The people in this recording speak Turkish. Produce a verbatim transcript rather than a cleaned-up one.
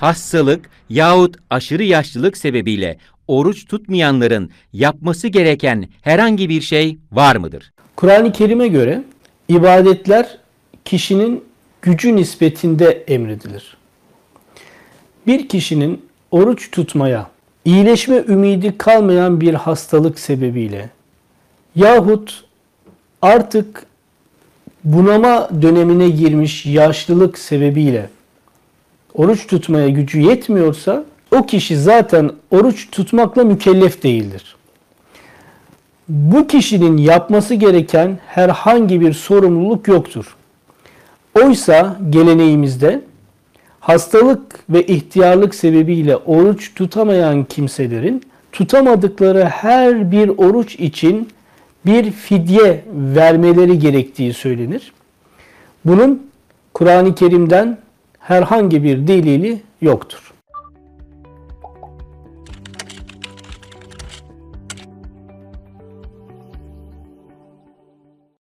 hastalık yahut aşırı yaşlılık sebebiyle oruç tutmayanların yapması gereken herhangi bir şey var mıdır? Kur'an-ı Kerim'e göre ibadetler kişinin gücü nispetinde emredilir. Bir kişinin oruç tutmaya, iyileşme ümidi kalmayan bir hastalık sebebiyle yahut artık bunama dönemine girmiş yaşlılık sebebiyle oruç tutmaya gücü yetmiyorsa o kişi zaten oruç tutmakla mükellef değildir. Bu kişinin yapması gereken herhangi bir sorumluluk yoktur. Oysa geleneğimizde hastalık ve ihtiyarlık sebebiyle oruç tutamayan kimselerin tutamadıkları her bir oruç için bir fidye vermeleri gerektiği söylenir. Bunun Kur'an-ı Kerim'den herhangi bir delili yoktur.